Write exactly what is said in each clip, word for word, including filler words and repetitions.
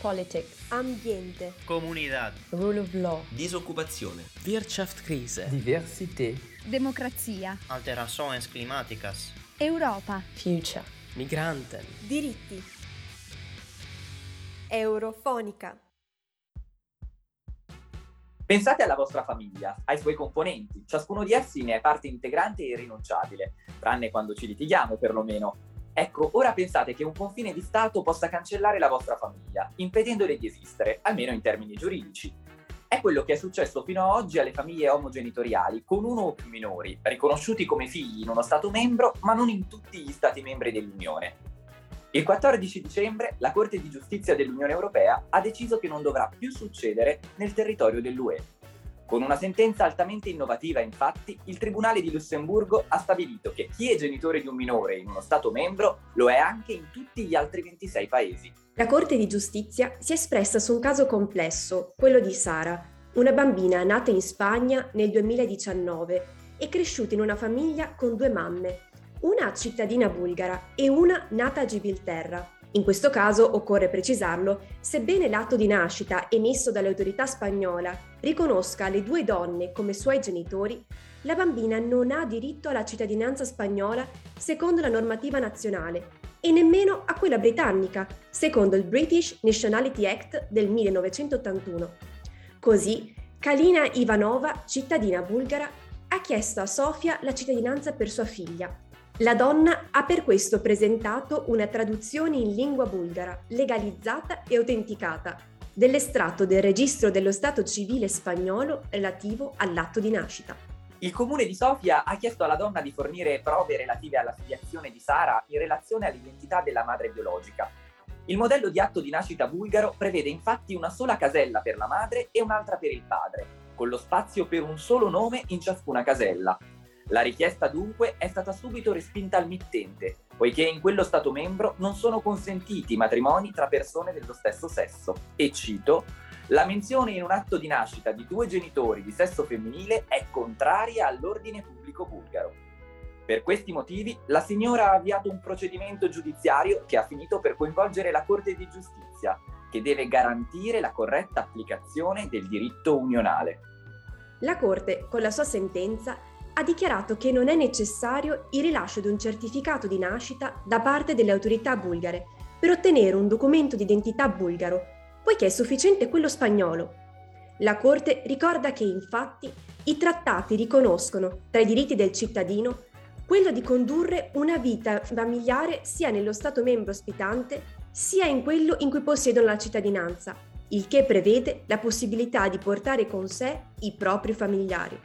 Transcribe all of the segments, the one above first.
Politics, ambiente, comunità, rule of law, disoccupazione, Wirtschaftskrise, diversità, democrazia, alterações climáticas, Europa, future, migranten, diritti. Eurofonica. Pensate alla vostra famiglia, ai suoi componenti. Ciascuno di essi ne è parte integrante e irrinunciabile, tranne quando ci litighiamo perlomeno. Ecco, ora pensate che un confine di Stato possa cancellare la vostra famiglia, impedendole di esistere, almeno in termini giuridici. È quello che è successo fino ad oggi alle famiglie omogenitoriali, con uno o più minori, riconosciuti come figli in uno Stato membro, ma non in tutti gli Stati membri dell'Unione. Il quattordici dicembre la Corte di Giustizia dell'Unione Europea ha deciso che non dovrà più succedere nel territorio dell'U E. Con una sentenza altamente innovativa, infatti, il Tribunale di Lussemburgo ha stabilito che chi è genitore di un minore in uno Stato membro lo è anche in tutti gli altri ventisei paesi. La Corte di Giustizia si è espressa su un caso complesso, quello di Sara, una bambina nata in Spagna nel duemiladiciannove e cresciuta in una famiglia con due mamme, una cittadina bulgara e una nata a Gibilterra. In questo caso, occorre precisarlo, sebbene l'atto di nascita emesso dall'autorità spagnola riconosca le due donne come suoi genitori, la bambina non ha diritto alla cittadinanza spagnola secondo la normativa nazionale e nemmeno a quella britannica, secondo il British Nationality Act del millenovecentottantuno. Così, Kalina Ivanova, cittadina bulgara, ha chiesto a Sofia la cittadinanza per sua figlia. La donna ha per questo presentato una traduzione in lingua bulgara, legalizzata e autenticata, dell'estratto del registro dello Stato civile spagnolo relativo all'atto di nascita. Il comune di Sofia ha chiesto alla donna di fornire prove relative alla filiazione di Sara in relazione all'identità della madre biologica. Il modello di atto di nascita bulgaro prevede infatti una sola casella per la madre e un'altra per il padre, con lo spazio per un solo nome in ciascuna casella. La richiesta dunque è stata subito respinta al mittente, poiché in quello Stato membro non sono consentiti matrimoni tra persone dello stesso sesso. E cito: la menzione in un atto di nascita di due genitori di sesso femminile è contraria all'ordine pubblico bulgaro. Per questi motivi, la signora ha avviato un procedimento giudiziario che ha finito per coinvolgere la Corte di Giustizia, che deve garantire la corretta applicazione del diritto unionale. La Corte, con la sua sentenza, ha dichiarato che non è necessario il rilascio di un certificato di nascita da parte delle autorità bulgare per ottenere un documento di identità bulgaro, poiché è sufficiente quello spagnolo. La Corte ricorda che, infatti, i trattati riconoscono, tra i diritti del cittadino, quello di condurre una vita familiare sia nello Stato membro ospitante, sia in quello in cui possiedono la cittadinanza, il che prevede la possibilità di portare con sé i propri familiari.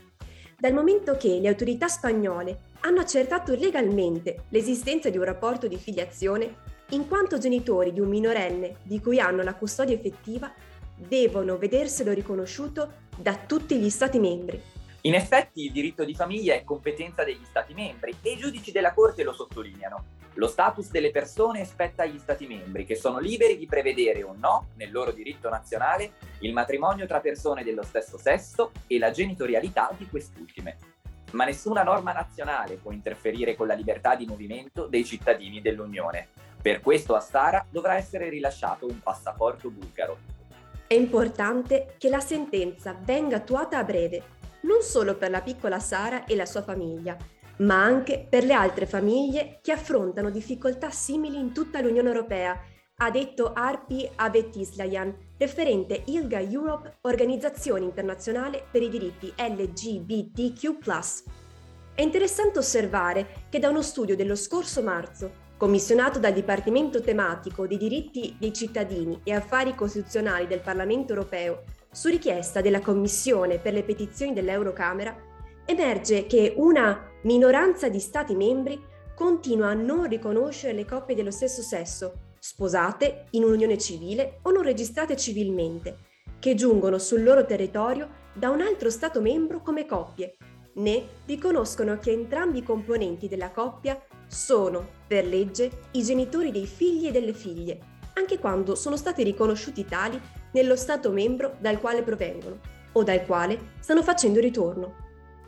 Dal momento che le autorità spagnole hanno accertato legalmente l'esistenza di un rapporto di filiazione, in quanto genitori di un minorenne di cui hanno la custodia effettiva, devono vederselo riconosciuto da tutti gli Stati membri. In effetti il diritto di famiglia è competenza degli Stati membri e i giudici della Corte lo sottolineano. Lo status delle persone spetta agli Stati membri, che sono liberi di prevedere o no, nel loro diritto nazionale, il matrimonio tra persone dello stesso sesso e la genitorialità di quest'ultime. Ma nessuna norma nazionale può interferire con la libertà di movimento dei cittadini dell'Unione. Per questo a Sara dovrà essere rilasciato un passaporto bulgaro. È importante che la sentenza venga attuata a breve, non solo per la piccola Sara e la sua famiglia, ma anche per le altre famiglie che affrontano difficoltà simili in tutta l'Unione Europea, ha detto Arpi Avetislayan, referente ILGA Europe, organizzazione internazionale per i diritti L G B T Q plus. È interessante osservare che da uno studio dello scorso marzo, commissionato dal Dipartimento tematico dei diritti dei cittadini e affari costituzionali del Parlamento Europeo, su richiesta della Commissione per le petizioni dell'Eurocamera, emerge che una minoranza di Stati membri continua a non riconoscere le coppie dello stesso sesso, sposate in un'unione civile o non registrate civilmente, che giungono sul loro territorio da un altro Stato membro come coppie, né riconoscono che entrambi i componenti della coppia sono, per legge, i genitori dei figli e delle figlie, anche quando sono stati riconosciuti tali nello Stato membro dal quale provengono o dal quale stanno facendo ritorno.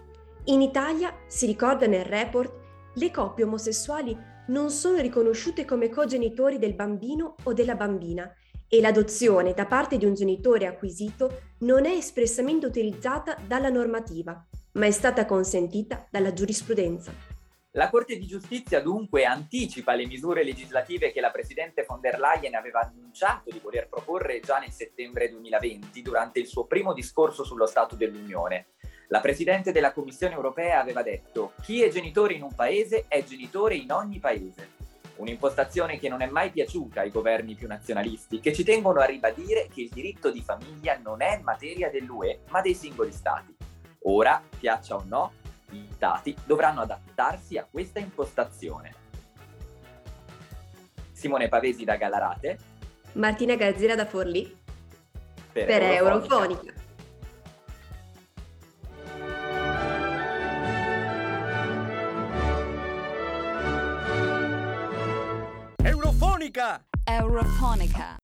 In Italia, si ricorda nel report, le coppie omosessuali non sono riconosciute come cogenitori del bambino o della bambina e l'adozione da parte di un genitore acquisito non è espressamente utilizzata dalla normativa, ma è stata consentita dalla giurisprudenza. La Corte di Giustizia dunque anticipa le misure legislative che la Presidente von der Leyen aveva annunciato di voler proporre già nel settembre duemilaventi durante il suo primo discorso sullo Stato dell'Unione. La Presidente della Commissione europea aveva detto: chi è genitore in un paese è genitore in ogni paese. Un'impostazione che non è mai piaciuta ai governi più nazionalisti, che ci tengono a ribadire che il diritto di famiglia non è materia dell'U E, ma dei singoli Stati. Ora, piaccia o no, gli Stati dovranno adattarsi a questa impostazione. Simone Pavesi da Gallarate, Martina Garzera da Forlì, per, per Eurofonica. Eurofonica. Eurofonica! Eurofonica.